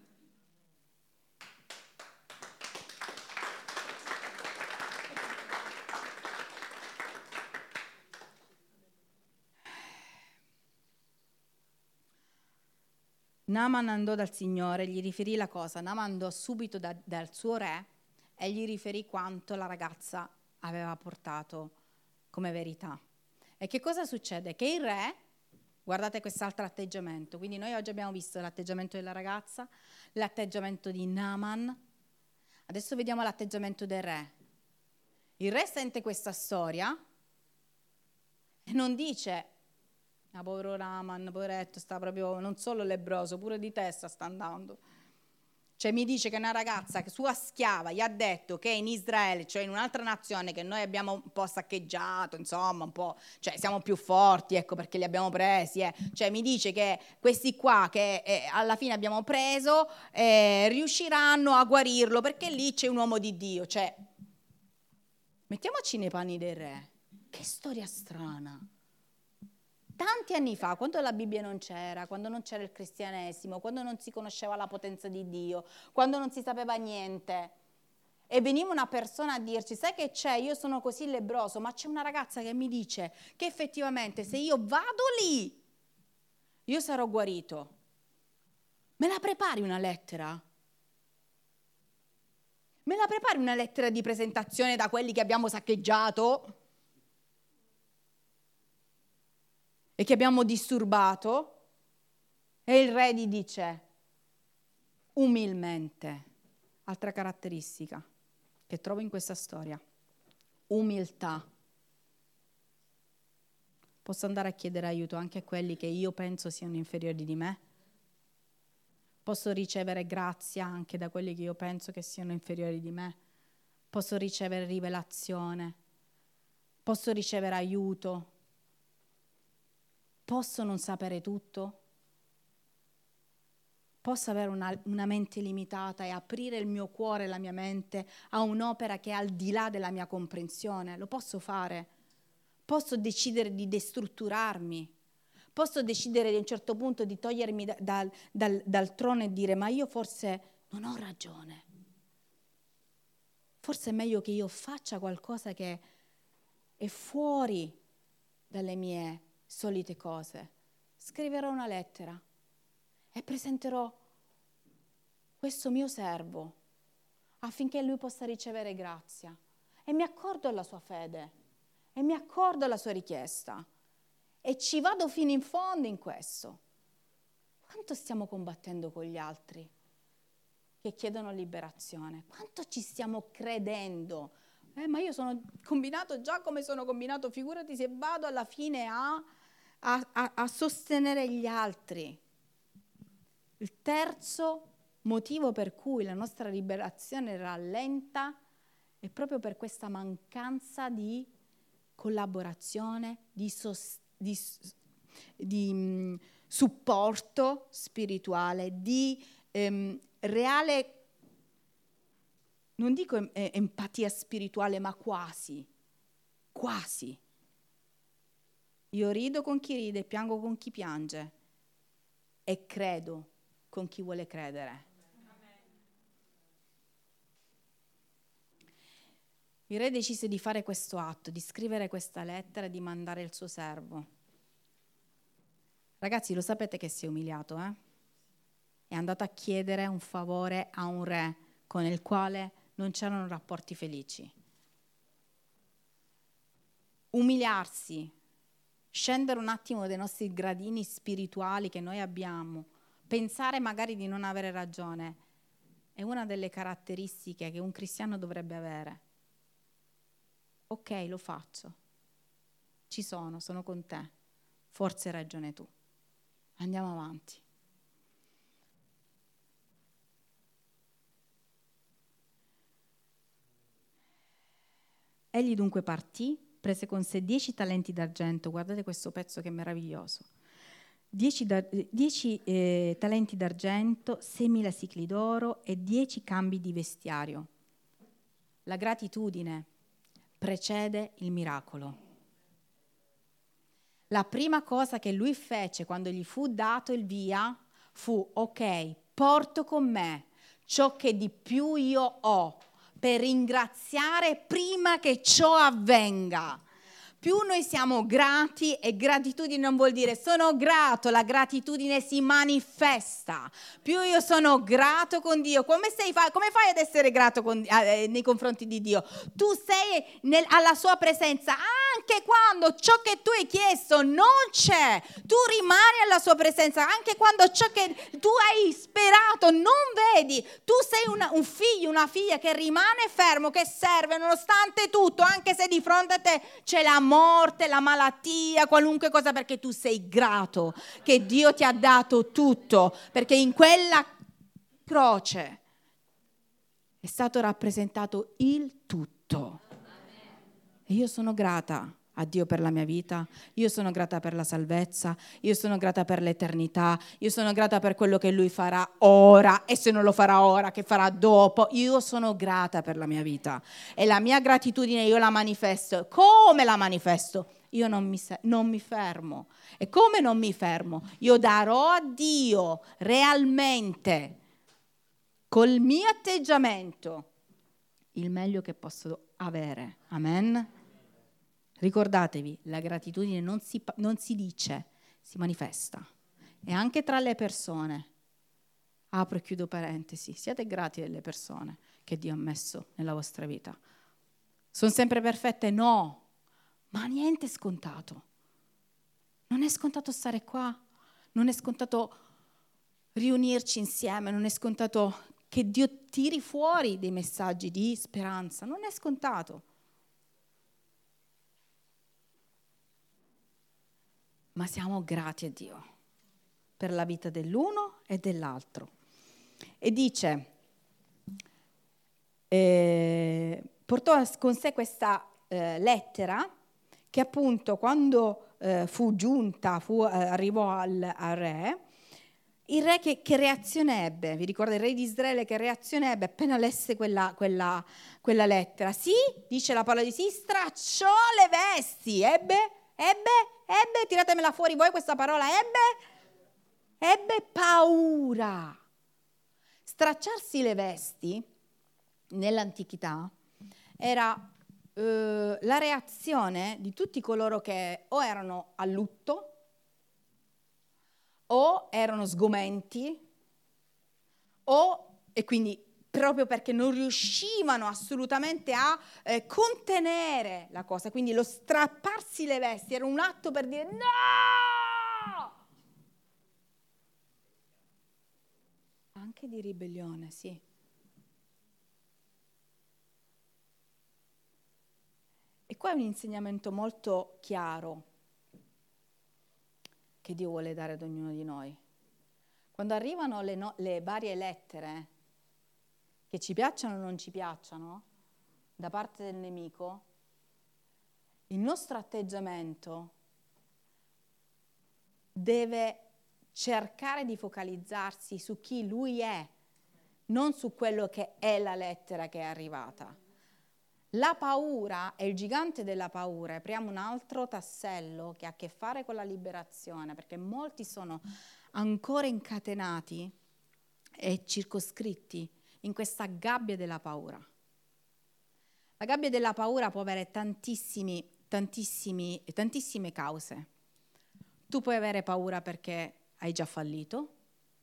Naaman andò dal Signore, gli riferì la cosa. Naaman andò subito da, dal suo re e gli riferì quanto la ragazza aveva portato come verità. E che cosa succede? Che il re, guardate quest'altro atteggiamento, quindi noi oggi abbiamo visto l'atteggiamento della ragazza, l'atteggiamento di Naaman, adesso vediamo l'atteggiamento del re. Il re sente questa storia e non dice: ah, povero Naaman, poveretto, sta proprio non solo lebbroso, pure di testa sta andando. Cioè mi dice che una ragazza, che sua schiava, gli ha detto che in Israele, cioè in un'altra nazione che noi abbiamo un po' saccheggiato, insomma, un po', cioè siamo più forti, ecco, perché li abbiamo presi, eh. Cioè mi dice che questi qua che eh, alla fine abbiamo preso eh, riusciranno a guarirlo, perché lì c'è un uomo di Dio. Cioè, mettiamoci nei panni del re. Che storia strana. Tanti anni fa, quando la Bibbia non c'era, quando non c'era il cristianesimo, quando non si conosceva la potenza di Dio, quando non si sapeva niente, e veniva una persona a dirci: sai che c'è, io sono così lebbroso, ma c'è una ragazza che mi dice che effettivamente se io vado lì, io sarò guarito. Me la prepari una lettera? Me la prepari una lettera di presentazione da quelli che abbiamo saccheggiato e che abbiamo disturbato? E il re gli dice umilmente, altra caratteristica che trovo in questa storia, umiltà. Posso andare a chiedere aiuto anche a quelli che io penso siano inferiori di me? Posso ricevere grazia anche da quelli che io penso che siano inferiori di me? Posso ricevere rivelazione? Posso ricevere aiuto? Posso non sapere tutto? Posso avere una, una mente limitata e aprire il mio cuore e la mia mente a un'opera che è al di là della mia comprensione? Lo posso fare? Posso decidere di destrutturarmi? Posso decidere a un certo punto di togliermi da, dal, dal, dal trono e dire: ma io forse non ho ragione. Forse è meglio che io faccia qualcosa che è fuori dalle mie solite cose. Scriverò una lettera e presenterò questo mio servo affinché lui possa ricevere grazia, e mi accordo alla sua fede e mi accordo alla sua richiesta e ci vado fino in fondo in questo. Quanto stiamo combattendo con gli altri che chiedono liberazione? Quanto ci stiamo credendo? Eh, ma io sono combinato già come sono combinato, figurati se vado alla fine a A, a, a sostenere gli altri. Il terzo motivo per cui la nostra liberazione rallenta è proprio per questa mancanza di collaborazione, di, sos, di, di mh, supporto spirituale, di ehm, reale, non dico em, empatia spirituale, ma quasi, quasi. Io rido con chi ride, piango con chi piange e credo con chi vuole credere. Il re decise di fare questo atto, di scrivere questa lettera e di mandare il suo servo. Ragazzi, lo sapete che si è umiliato, eh? È andato a chiedere un favore a un re con il quale non c'erano rapporti felici. Umiliarsi, scendere un attimo dai nostri gradini spirituali che noi abbiamo, pensare magari di non avere ragione, è una delle caratteristiche che un cristiano dovrebbe avere. Ok, lo faccio, ci sono, sono con te, forse hai ragione tu, andiamo avanti. Egli dunque partì, prese con sé dieci talenti d'argento, guardate questo pezzo che è meraviglioso, dieci, da, dieci eh, talenti d'argento, seimila sicli d'oro e dieci cambi di vestiario. La gratitudine precede il miracolo. La prima cosa che lui fece quando gli fu dato il via fu: ok, porto con me ciò che di più io ho per ringraziare prima che ciò avvenga. Più noi siamo grati, e gratitudine non vuol dire sono grato, la gratitudine si manifesta. Più io sono grato con Dio, come, sei, come fai ad essere grato con, eh, nei confronti di Dio? Tu sei nel, alla sua presenza anche quando ciò che tu hai chiesto non c'è. Tu rimani alla sua presenza anche quando ciò che tu hai sperato non vedi. Tu sei una, un figlio, una figlia che rimane fermo, che serve nonostante tutto, anche se di fronte a te c'è la morte, la malattia, qualunque cosa, perché tu sei grato che Dio ti ha dato tutto, perché in quella croce è stato rappresentato il tutto. E io sono grata a Dio per la mia vita, io sono grata per la salvezza, io sono grata per l'eternità, io sono grata per quello che Lui farà ora, e se non lo farà ora, che farà dopo. Io sono grata per la mia vita e la mia gratitudine io la manifesto. Come la manifesto? Io non mi, non mi fermo. E come non mi fermo? Io darò a Dio realmente, col mio atteggiamento, il meglio che posso avere. Amen? Ricordatevi, la gratitudine non si, non si dice, si manifesta. E anche tra le persone. Apro e chiudo parentesi. Siate grati delle persone che Dio ha messo nella vostra vita. Sono sempre perfette? No. Ma niente è scontato. Non è scontato stare qua. Non è scontato riunirci insieme. Non è scontato che Dio tiri fuori dei messaggi di speranza. Non è scontato. Ma siamo grati a Dio per la vita dell'uno e dell'altro. E dice, eh, portò con sé questa eh, lettera che appunto quando eh, fu giunta, fu, eh, arrivò al, al re, il re che, che reazione ebbe? Vi ricordate il re di Israele che reazione ebbe appena lesse quella, quella, quella lettera? Sì, dice la parola di sì, stracciò le vesti, ebbe, ebbe, ebbe, tiratemela fuori voi questa parola, ebbe, ebbe paura. Stracciarsi le vesti nell'antichità era eh, la reazione di tutti coloro che o erano a lutto o erano sgomenti o, e quindi proprio perché non riuscivano assolutamente a eh, contenere la cosa, quindi lo strapparsi le vesti era un atto per dire no! Anche di ribellione, sì. E qua è un insegnamento molto chiaro che Dio vuole dare ad ognuno di noi. Quando arrivano le, no, le varie lettere, che ci piacciono o non ci piacciono, da parte del nemico, il nostro atteggiamento deve cercare di focalizzarsi su chi lui è, non su quello che è la lettera che è arrivata. La paura è il gigante della paura. Apriamo un altro tassello che ha a che fare con la liberazione, perché molti sono ancora incatenati e circoscritti in questa gabbia della paura. La gabbia della paura può avere tantissimi, tantissimi, tantissime cause. Tu puoi avere paura perché hai già fallito.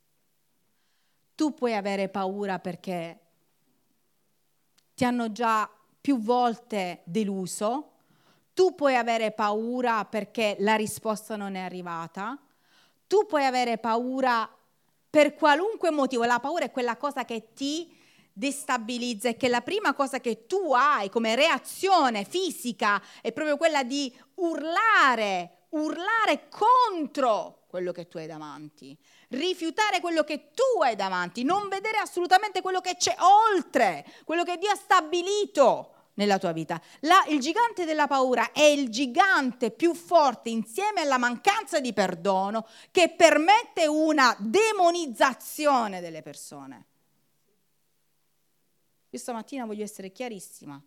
Tu puoi avere paura perché ti hanno già più volte deluso. Tu puoi avere paura perché la risposta non è arrivata. Tu puoi avere paura per qualunque motivo. La paura è quella cosa che ti destabilizza e che la prima cosa che tu hai come reazione fisica è proprio quella di urlare, urlare contro quello che tu hai davanti, rifiutare quello che tu hai davanti, non vedere assolutamente quello che c'è oltre, quello che Dio ha stabilito nella tua vita. La, il gigante della paura è il gigante più forte insieme alla mancanza di perdono che permette una demonizzazione delle persone. Io stamattina voglio essere chiarissima,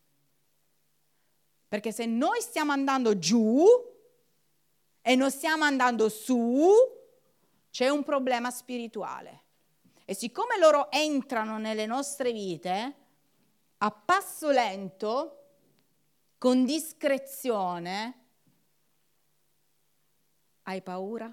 perché se noi stiamo andando giù e non stiamo andando su, c'è un problema spirituale. E siccome loro entrano nelle nostre vite a passo lento, con discrezione, hai paura?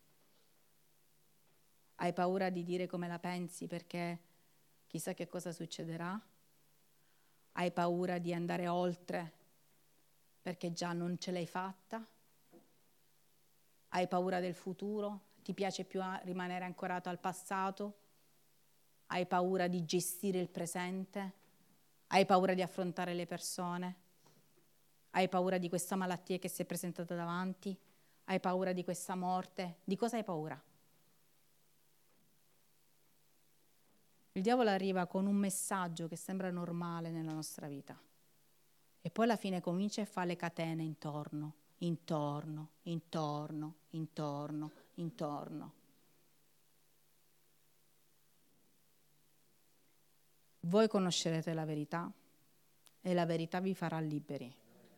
Hai paura di dire come la pensi perché chissà che cosa succederà? Hai paura di andare oltre perché già non ce l'hai fatta? Hai paura del futuro? Ti piace più rimanere ancorato al passato? Hai paura di gestire il presente? Hai paura di affrontare le persone? Hai paura di questa malattia che si è presentata davanti? Hai paura di questa morte? Di cosa hai paura? Il diavolo arriva con un messaggio che sembra normale nella nostra vita e poi alla fine comincia e fa le catene intorno, intorno, intorno, intorno, intorno. Voi conoscerete la verità e la verità vi farà liberi.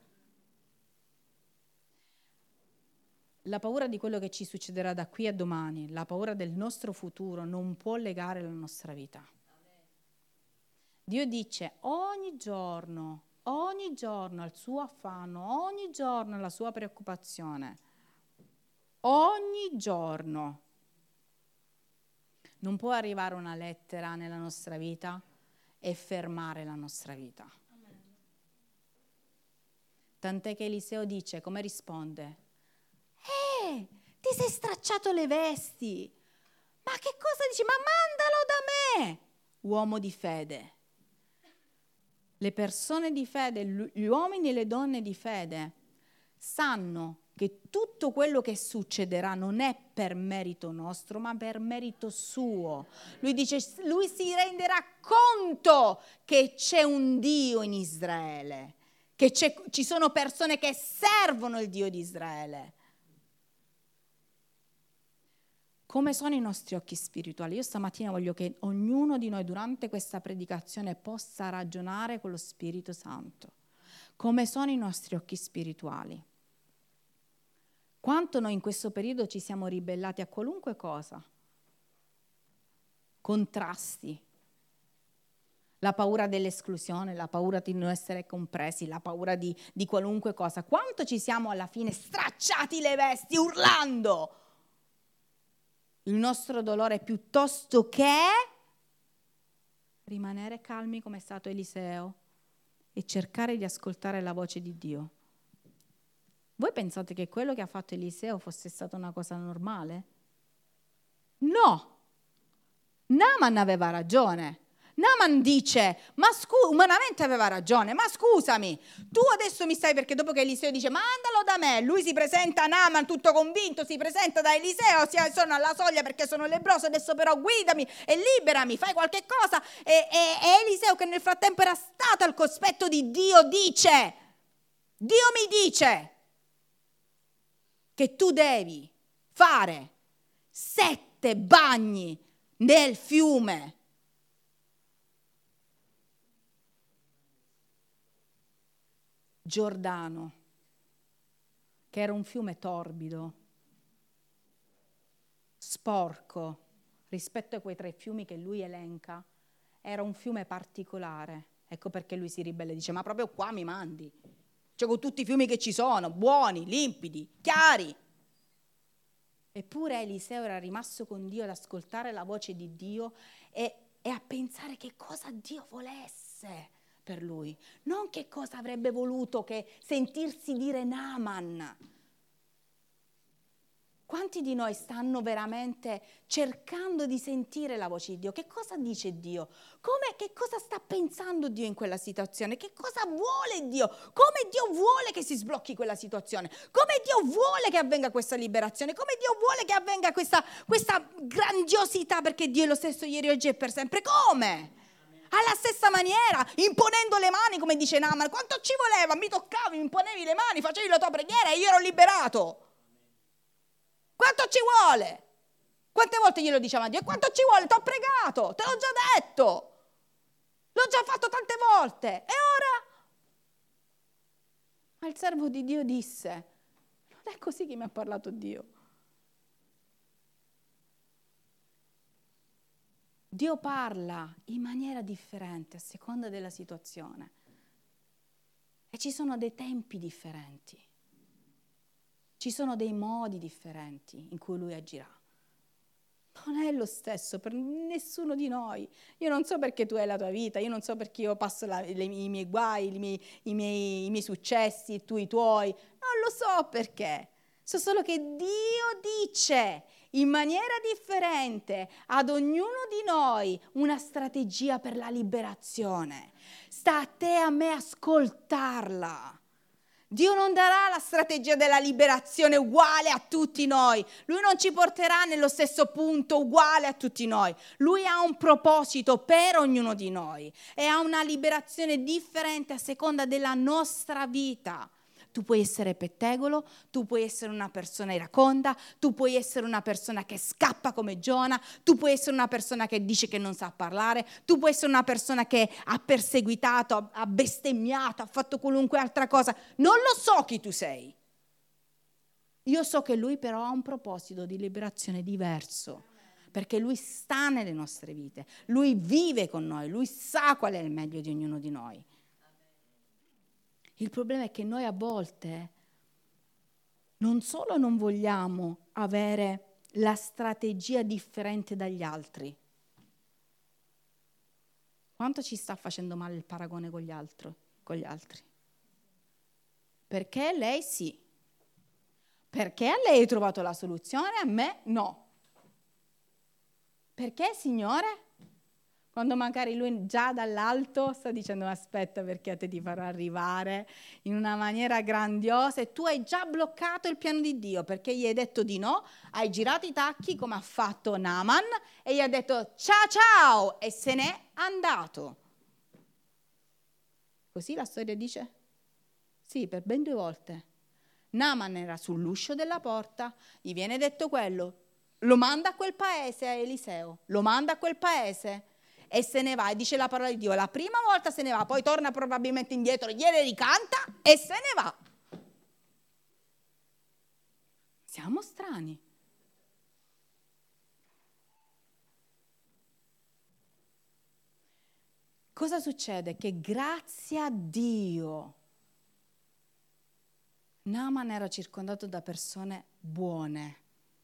La paura di quello che ci succederà da qui a domani, la paura del nostro futuro non può legare la nostra vita. Dio dice ogni giorno, ogni giorno al suo affanno, ogni giorno alla sua preoccupazione, ogni giorno. Non può arrivare una lettera nella nostra vita e fermare la nostra vita. Tant'è che Eliseo dice, come risponde? Eh, ti sei stracciato le vesti. Ma che cosa dici? Ma mandalo da me, uomo di fede. Le persone di fede, gli uomini e le donne di fede sanno che tutto quello che succederà non è per merito nostro, ma per merito suo. Lui dice, lui si renderà conto che c'è un Dio in Israele, che c'è, ci sono persone che servono il Dio di Israele. Come sono i nostri occhi spirituali? Io stamattina voglio che ognuno di noi durante questa predicazione possa ragionare con lo Spirito Santo. Come sono i nostri occhi spirituali? Quanto noi in questo periodo ci siamo ribellati a qualunque cosa? Contrasti. La paura dell'esclusione, la paura di non essere compresi, la paura di, di qualunque cosa. Quanto ci siamo alla fine stracciati le vesti urlando? Il nostro dolore piuttosto che rimanere calmi come è stato Eliseo e cercare di ascoltare la voce di Dio. Voi pensate che quello che ha fatto Eliseo fosse stata una cosa normale? No! Naaman aveva ragione. Naaman dice, ma scusa, umanamente aveva ragione, ma scusami, tu adesso mi stai, perché dopo che Eliseo dice mandalo da me, lui si presenta a Naaman tutto convinto, si presenta da Eliseo, si sono alla soglia perché sono lebbroso, adesso però guidami e liberami, fai qualche cosa, e, e, e Eliseo, che nel frattempo era stato al cospetto di Dio, dice, Dio mi dice che tu devi fare sette bagni nel fiume. Giordano, che era un fiume torbido, sporco, rispetto a quei tre fiumi che lui elenca, era un fiume particolare. Ecco perché lui si ribella e dice, ma proprio qua mi mandi? Cioè con tutti i fiumi che ci sono, buoni, limpidi, chiari. Eppure Eliseo era rimasto con Dio ad ascoltare la voce di Dio e, e a pensare che cosa Dio volesse per lui, non che cosa avrebbe voluto che sentirsi dire Naaman. Quanti di noi stanno veramente cercando di sentire la voce di Dio? Che cosa dice Dio? Come, che cosa sta pensando Dio in quella situazione? Che cosa vuole Dio? Come Dio vuole che si sblocchi quella situazione? Come Dio vuole che avvenga questa liberazione? Come Dio vuole che avvenga questa, questa grandiosità? Perché Dio è lo stesso ieri, oggi e per sempre. Come? alla stessa maniera, imponendo le mani, come dice Naaman. Quanto ci voleva? Mi toccavi, mi imponevi le mani, facevi la tua preghiera e io ero liberato. Quanto ci vuole? Quante volte glielo diceva a Dio? Quanto ci vuole? Ti ho pregato, te l'ho già detto. L'ho già fatto tante volte. E ora? Ma il servo di Dio disse, non è così che mi ha parlato Dio. Dio parla in maniera differente a seconda della situazione. E ci sono dei tempi differenti. Ci sono dei modi differenti in cui Lui agirà. Non è lo stesso per nessuno di noi. Io non so perché tu hai la tua vita, io non so perché io passo la, le, i miei guai, i miei, i, miei, i miei successi, tu i tuoi. Non lo so perché. So solo che Dio dice in maniera differente ad ognuno di noi una strategia per la liberazione. Sta a te e a me ascoltarla. Dio non darà la strategia della liberazione uguale a tutti noi. Lui non ci porterà nello stesso punto uguale a tutti noi. Lui ha un proposito per ognuno di noi e ha una liberazione differente a seconda della nostra vita. Tu puoi essere pettegolo, tu puoi essere una persona iraconda, tu puoi essere una persona che scappa come Giona, tu puoi essere una persona che dice che non sa parlare, tu puoi essere una persona che ha perseguitato, ha bestemmiato, ha fatto qualunque altra cosa. Non lo so chi tu sei. Io so che Lui però ha un proposito di liberazione diverso, perché Lui sta nelle nostre vite, Lui vive con noi, Lui sa qual è il meglio di ognuno di noi. Il problema è che noi a volte non solo non vogliamo avere la strategia differente dagli altri. Quanto ci sta facendo male il paragone con gli altri? Con gli altri? Perché lei sì. Perché a lei hai trovato la soluzione, a me no. Perché, Signore? Quando magari lui già dall'alto sta dicendo aspetta perché a te ti farò arrivare in una maniera grandiosa e tu hai già bloccato il piano di Dio perché gli hai detto di no, hai girato i tacchi come ha fatto Naaman e gli ha detto ciao ciao e se n'è andato. Così la storia dice? Sì, per ben due volte. Naaman era sull'uscio della porta, gli viene detto quello, lo manda a quel paese a Eliseo, lo manda a quel paese e se ne va, e dice la parola di Dio, la prima volta se ne va, poi torna probabilmente indietro, gliele ricanta e se ne va. Siamo strani. Cosa succede? Che grazie a Dio Naaman era circondato da persone buone.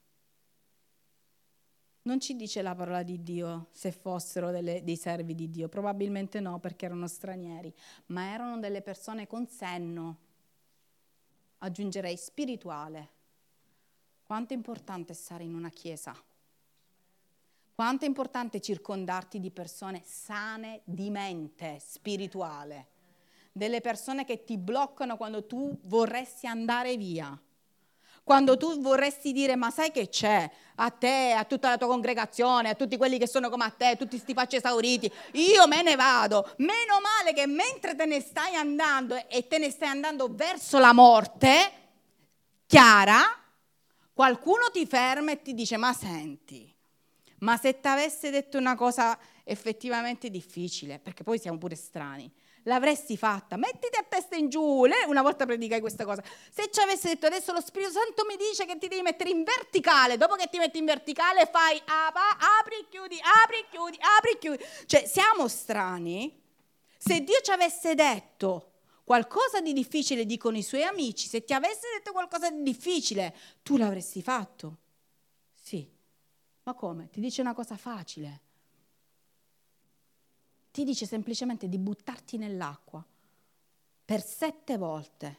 Non ci dice la parola di Dio se fossero delle, dei servi di Dio, probabilmente no perché erano stranieri, ma erano delle persone con senno, aggiungerei spirituale. Quanto è importante stare in una chiesa, quanto è importante circondarti di persone sane di mente spirituale, delle persone che ti bloccano quando tu vorresti andare via. Quando tu vorresti dire, ma sai che c'è? A te, a tutta la tua congregazione, a tutti quelli che sono come a te, tutti sti facci esauriti, io me ne vado. Meno male che mentre te ne stai andando e te ne stai andando verso la morte, Chiara, qualcuno ti ferma e ti dice, ma senti, ma se ti avesse detto una cosa effettivamente difficile, perché poi siamo pure strani, l'avresti fatta, mettiti a testa in giù. Lei una volta predicai questa cosa, se ci avesse detto adesso lo Spirito Santo mi dice che ti devi mettere in verticale, dopo che ti metti in verticale fai apri, chiudi, apri, chiudi, apri, chiudi, cioè siamo strani. Se Dio ci avesse detto qualcosa di difficile, dicono i suoi amici, se ti avesse detto qualcosa di difficile tu l'avresti fatto? Sì, ma come? Ti dice una cosa facile. Ti dice semplicemente di buttarti nell'acqua per sette volte.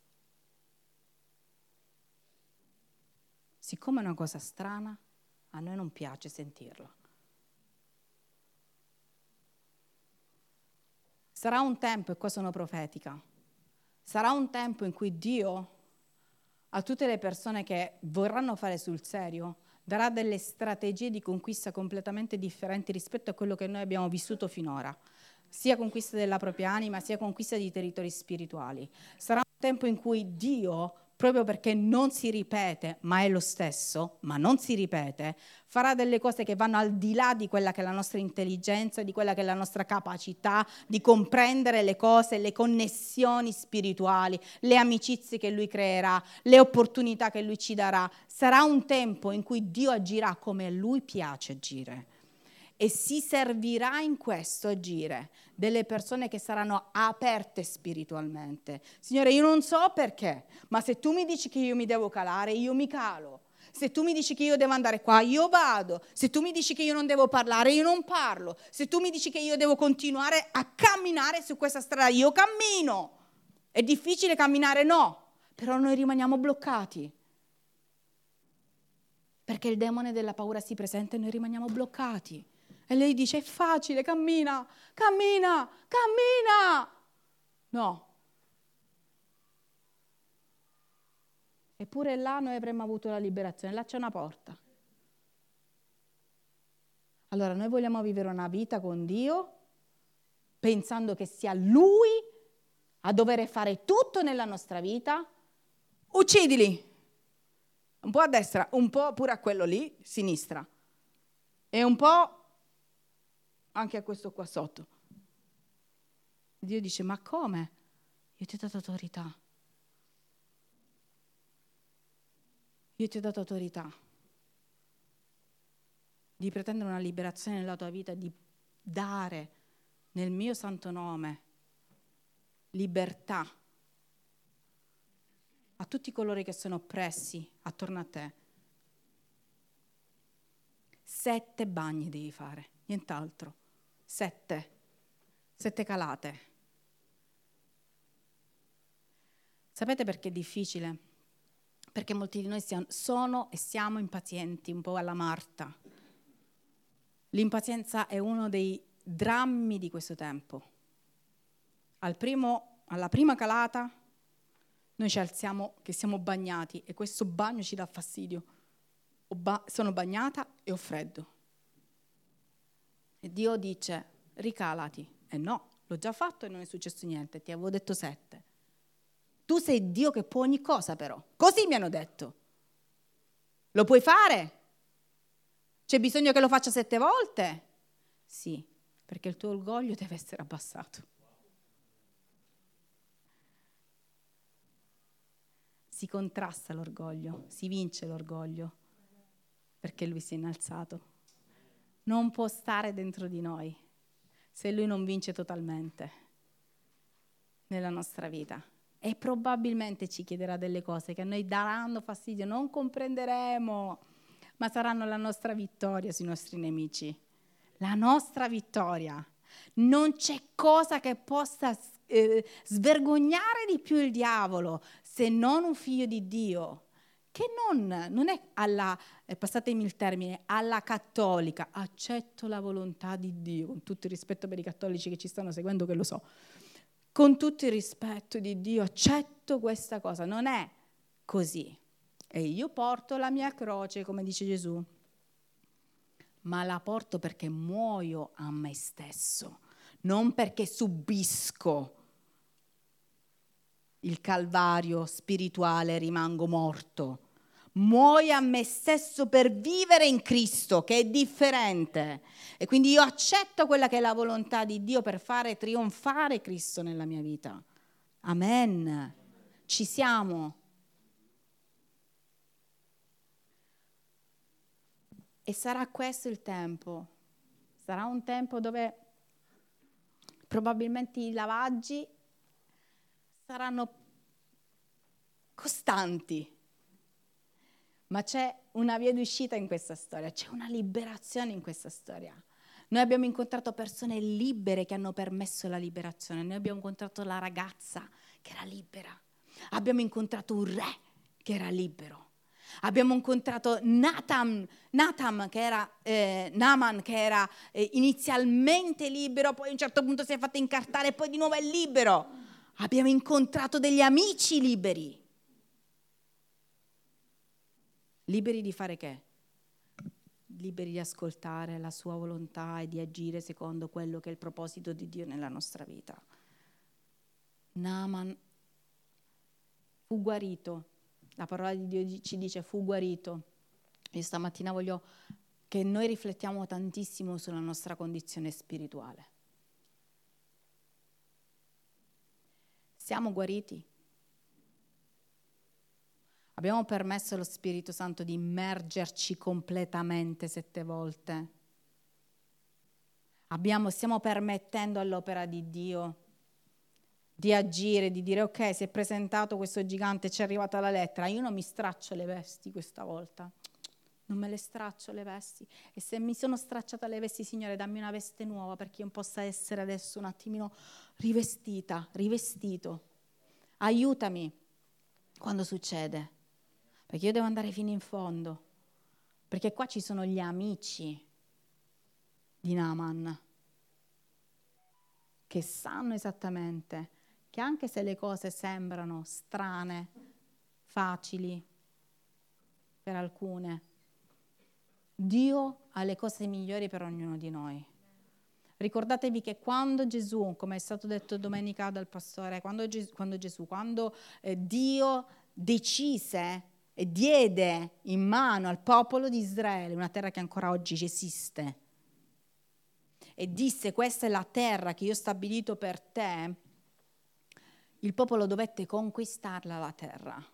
Siccome è una cosa strana, a noi non piace sentirla. Sarà un tempo, e qua sono profetica, sarà un tempo in cui Dio a tutte le persone che vorranno fare sul serio darà delle strategie di conquista completamente differenti rispetto a quello che noi abbiamo vissuto finora. sia conquista della propria anima, sia conquista di territori spirituali. Sarà un tempo in cui Dio, proprio perché non si ripete, ma è lo stesso, ma non si ripete, farà delle cose che vanno al di là di quella che è la nostra intelligenza, di quella che è la nostra capacità di comprendere le cose, le connessioni spirituali, le amicizie che Lui creerà, le opportunità che Lui ci darà. Sarà un tempo in cui Dio agirà come a Lui piace agire. E si servirà in questo agire delle persone che saranno aperte spiritualmente. Signore, io non so perché, ma se tu mi dici che io mi devo calare, io mi calo. Se tu mi dici che io devo andare qua, io vado. Se tu mi dici che io non devo parlare, io non parlo. Se tu mi dici che io devo continuare a camminare su questa strada, io cammino. È difficile camminare? No, però noi rimaniamo bloccati. Perché il demone della paura si presenta e noi rimaniamo bloccati. E lei dice, è facile, cammina, cammina, cammina. No. Eppure là noi avremmo avuto la liberazione, là c'è una porta. Allora noi vogliamo vivere una vita con Dio, pensando che sia Lui a dover fare tutto nella nostra vita? Uccidili. Un po' a destra, un po' pure a quello lì, sinistra. E un po' anche a questo qua sotto. Dio dice, ma come? Io ti ho dato autorità. Io ti ho dato autorità di pretendere una liberazione nella tua vita, di dare nel mio santo nome libertà a tutti coloro che sono oppressi attorno a te. Sette bagni devi fare, nient'altro. Sette. Sette calate. Sapete perché è difficile? Perché molti di noi sono e siamo impazienti, un po' alla Marta. L'impazienza è uno dei drammi di questo tempo. Al primo, alla prima calata noi ci alziamo che siamo bagnati e questo bagno ci dà fastidio. Ho ba- sono bagnata e ho freddo. E Dio dice, ricalati. E no, l'ho già fatto e non è successo niente, ti avevo detto sette. Tu sei Dio che può ogni cosa però. Così mi hanno detto. Lo puoi fare? C'è bisogno che lo faccia sette volte? Sì, perché il tuo orgoglio deve essere abbassato. Si contrasta l'orgoglio, si vince l'orgoglio, perché Lui si è innalzato. Non può stare dentro di noi se Lui non vince totalmente nella nostra vita. E probabilmente ci chiederà delle cose che a noi daranno fastidio, non comprenderemo, ma saranno la nostra vittoria sui nostri nemici. La nostra vittoria. Non c'è cosa che possa eh, svergognare di più il diavolo se non un figlio di Dio. Che non, non è alla, eh, passatemi il termine, alla cattolica, accetto la volontà di Dio, con tutto il rispetto per i cattolici che ci stanno seguendo, che lo so, con tutto il rispetto di Dio, accetto questa cosa, non è così. E io porto la mia croce, come dice Gesù, ma la porto perché muoio a me stesso, non perché subisco il calvario spirituale, rimango morto. Muoio a me stesso per vivere in Cristo, che è differente. E quindi io accetto quella che è la volontà di Dio per fare trionfare Cristo nella mia vita. Amen. Ci siamo. E sarà questo il tempo. Sarà un tempo dove probabilmente i lavaggi saranno costanti. Ma c'è una via d'uscita in questa storia, c'è una liberazione in questa storia. Noi abbiamo incontrato persone libere che hanno permesso la liberazione. Noi abbiamo incontrato la ragazza che era libera. Abbiamo incontrato un re che era libero. Abbiamo incontrato Natam, Natam che era, eh, Naaman, che era eh, inizialmente libero, poi a un certo punto si è fatto incartare e poi di nuovo è libero. Abbiamo incontrato degli amici liberi. Liberi di fare che? liberi di ascoltare la sua volontà e di agire secondo quello che è il proposito di Dio nella nostra vita. Naaman fu guarito, la parola di Dio ci dice fu guarito. Io stamattina voglio che noi riflettiamo tantissimo sulla nostra condizione spirituale. Siamo guariti? Abbiamo permesso allo Spirito Santo di immergerci completamente sette volte? Abbiamo, stiamo permettendo all'opera di Dio di agire, di dire ok, si è presentato questo gigante, ci è arrivata la lettera, io non mi straccio le vesti questa volta, non me le straccio le vesti, e se mi sono stracciata le vesti, Signore, dammi una veste nuova perché io possa essere adesso un attimino rivestita, rivestito, aiutami quando succede, perché io devo andare fino in fondo, perché qua ci sono gli amici di Naaman che sanno esattamente che anche se le cose sembrano strane, facili per alcune, Dio ha le cose migliori per ognuno di noi. Ricordatevi che quando Gesù, come è stato detto domenica dal pastore, quando Gesù, quando, Gesù, quando eh, Dio decise e diede in mano al popolo di Israele una terra che ancora oggi esiste, e disse questa è la terra che io ho stabilito per te, il popolo dovette conquistarla la terra.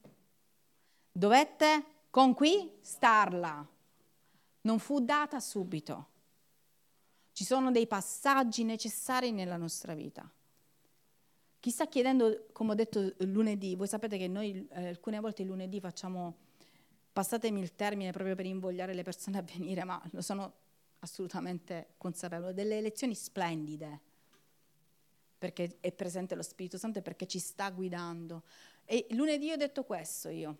Dovette conquistarla. Non fu data subito. Ci sono dei passaggi necessari nella nostra vita. Chi sta chiedendo, come ho detto lunedì, voi sapete che noi eh, alcune volte il lunedì facciamo, passatemi il termine proprio per invogliare le persone a venire, ma lo sono assolutamente consapevole, delle lezioni splendide, perché è presente lo Spirito Santo e perché ci sta guidando. E lunedì ho detto questo io,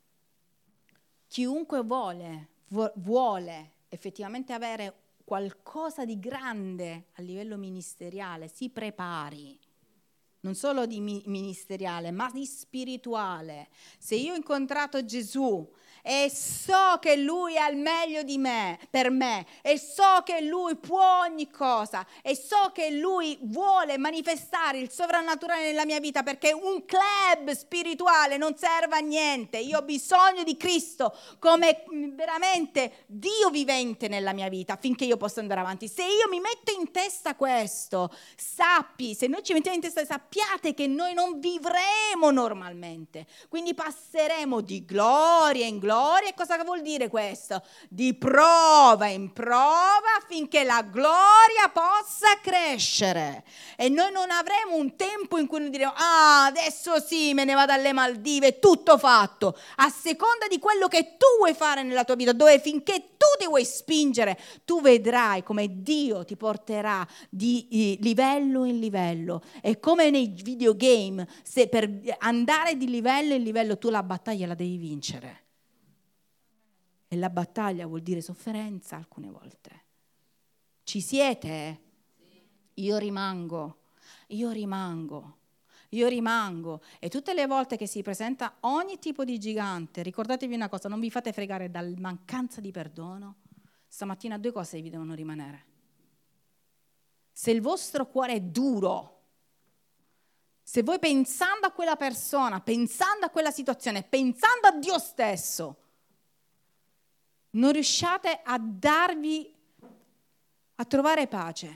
chiunque vuole, vuole effettivamente avere qualcosa di grande a livello ministeriale, si prepari, non solo di ministeriale, ma di spirituale. Se io ho incontrato Gesù e so che Lui ha il meglio di me, per me, e so che Lui può ogni cosa, e so che Lui vuole manifestare il sovrannaturale nella mia vita, perché un club spirituale non serve a niente. Io ho bisogno di Cristo come veramente Dio vivente nella mia vita affinché io possa andare avanti. Se io mi metto in testa questo, sappi, se noi ci mettiamo in testa, sappiate che noi non vivremo normalmente, quindi passeremo di gloria in gloria. E cosa vuol dire questo? Di prova in prova affinché la gloria possa crescere. E noi non avremo un tempo in cui noi diremo ah, adesso sì, me ne vado alle Maldive, tutto fatto. A seconda di quello che tu vuoi fare nella tua vita, dove finché tu ti vuoi spingere, tu vedrai come Dio ti porterà di livello in livello. E come nei videogame, se per andare di livello in livello tu la battaglia la devi vincere. E la battaglia vuol dire sofferenza alcune volte. Ci siete? Io rimango, io rimango, io rimango. E tutte le volte che si presenta ogni tipo di gigante, ricordatevi una cosa, non vi fate fregare dalla mancanza di perdono. Stamattina due cose vi devono rimanere. Se il vostro cuore è duro, se voi pensando a quella persona, pensando a quella situazione, pensando a Dio stesso, non riusciate a darvi, a trovare pace,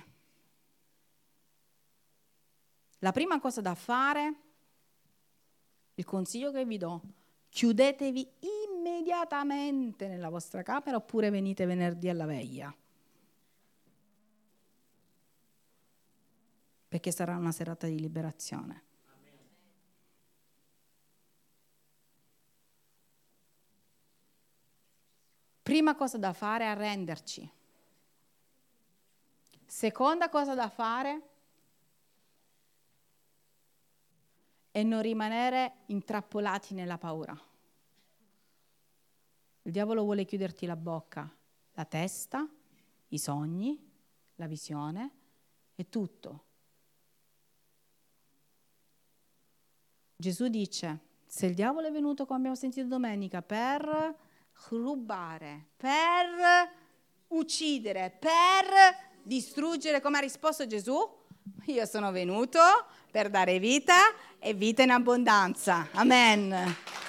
la prima cosa da fare, il consiglio che vi do, chiudetevi immediatamente nella vostra camera oppure venite venerdì alla veglia, perché sarà una serata di liberazione. Prima cosa da fare è arrenderci. Seconda cosa da fare è non rimanere intrappolati nella paura. Il diavolo vuole chiuderti la bocca, la testa, i sogni, la visione e tutto. Gesù dice, se il diavolo è venuto, come abbiamo sentito domenica, per rubare, per uccidere, per distruggere. Come ha risposto Gesù? Io sono venuto per dare vita e vita in abbondanza. Amen.